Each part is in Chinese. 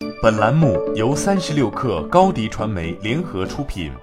本栏目由36氪高迪传媒联合出品。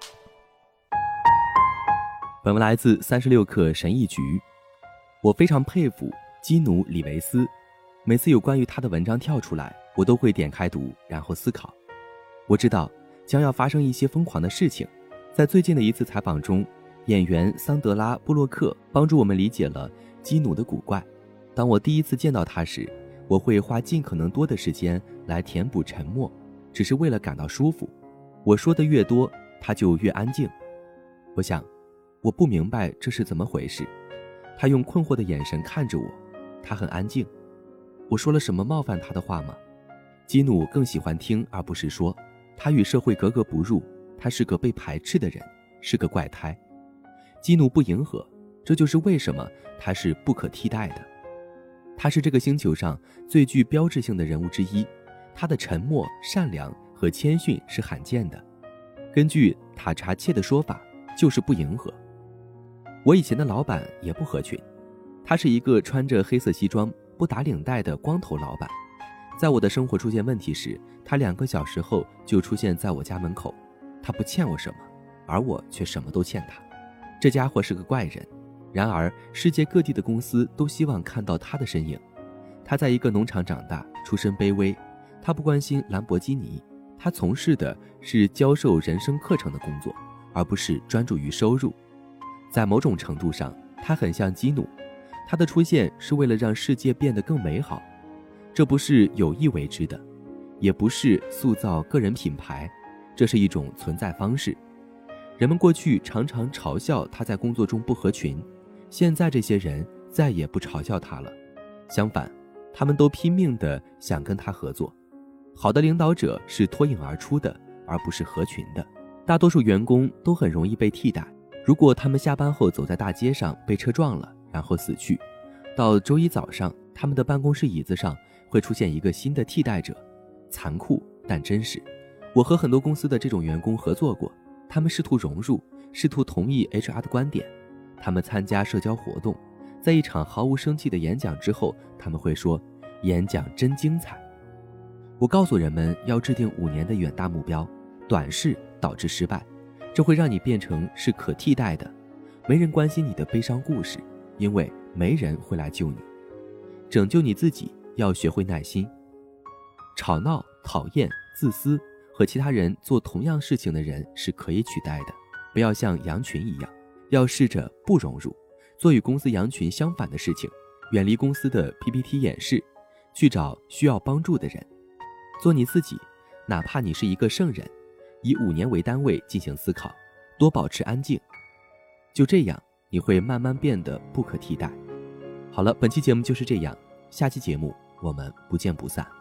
本文来自36氪神译局。我非常佩服基努·里维斯，每次有关于他的文章跳出来，我都会点开读，然后思考。我知道将要发生一些疯狂的事情。在最近的一次采访中，演员桑德拉·布洛克帮助我们理解了基努的古怪。当我第一次见到他时，我会花尽可能多的时间来填补沉默，只是为了感到舒服。我说的越多，他就越安静。我想，我不明白这是怎么回事。他用困惑的眼神看着我，他很安静。我说了什么冒犯他的话吗？基努更喜欢听而不是说，他与社会格格不入，他是个被排斥的人，是个怪胎。基努不迎合，这就是为什么他是不可替代的。他是这个星球上最具标志性的人物之一，他的沉默、善良和谦逊是罕见的。根据塔查切的说法，就是不迎合。我以前的老板也不合群，他是一个穿着黑色西装、不打领带的光头老板。在我的生活出现问题时，他2个小时后就出现在我家门口。他不欠我什么，而我却什么都欠他。这家伙是个怪人，然而世界各地的公司都希望看到他的身影。他在一个农场长大，出身卑微，他不关心兰博基尼，他从事的是教授人生课程的工作，而不是专注于收入。在某种程度上，他很像基努，他的出现是为了让世界变得更美好。这不是有意为之的，也不是塑造个人品牌，这是一种存在方式。人们过去常常嘲笑他在工作中不合群，现在这些人再也不嘲笑他了，相反，他们都拼命地想跟他合作。好的领导者是脱颖而出的，而不是合群的。大多数员工都很容易被替代，如果他们下班后走在大街上被车撞了，然后死去，到周一早上，他们的办公室椅子上会出现一个新的替代者。残酷但真实。我和很多公司的这种员工合作过，他们试图融入，试图同意 HR 的观点。他们参加社交活动，在一场毫无生气的演讲之后，他们会说，演讲真精彩。我告诉人们要制定5年的远大目标，短视导致失败，这会让你变成是可替代的。没人关心你的悲伤故事，因为没人会来救你。拯救你自己，要学会耐心。吵闹、讨厌、自私和其他人做同样事情的人是可以取代的。不要像羊群一样，要试着不融入，做与公司羊群相反的事情，远离公司的 PPT 演示，去找需要帮助的人。做你自己，哪怕你是一个圣人，以5年为单位进行思考，多保持安静。就这样，你会慢慢变得不可替代。好了，本期节目就是这样，下期节目我们不见不散。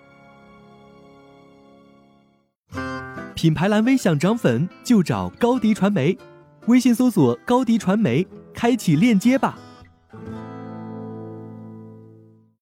品牌蓝 V 想涨粉就找高迪传媒，微信搜索高迪传媒，开启链接吧。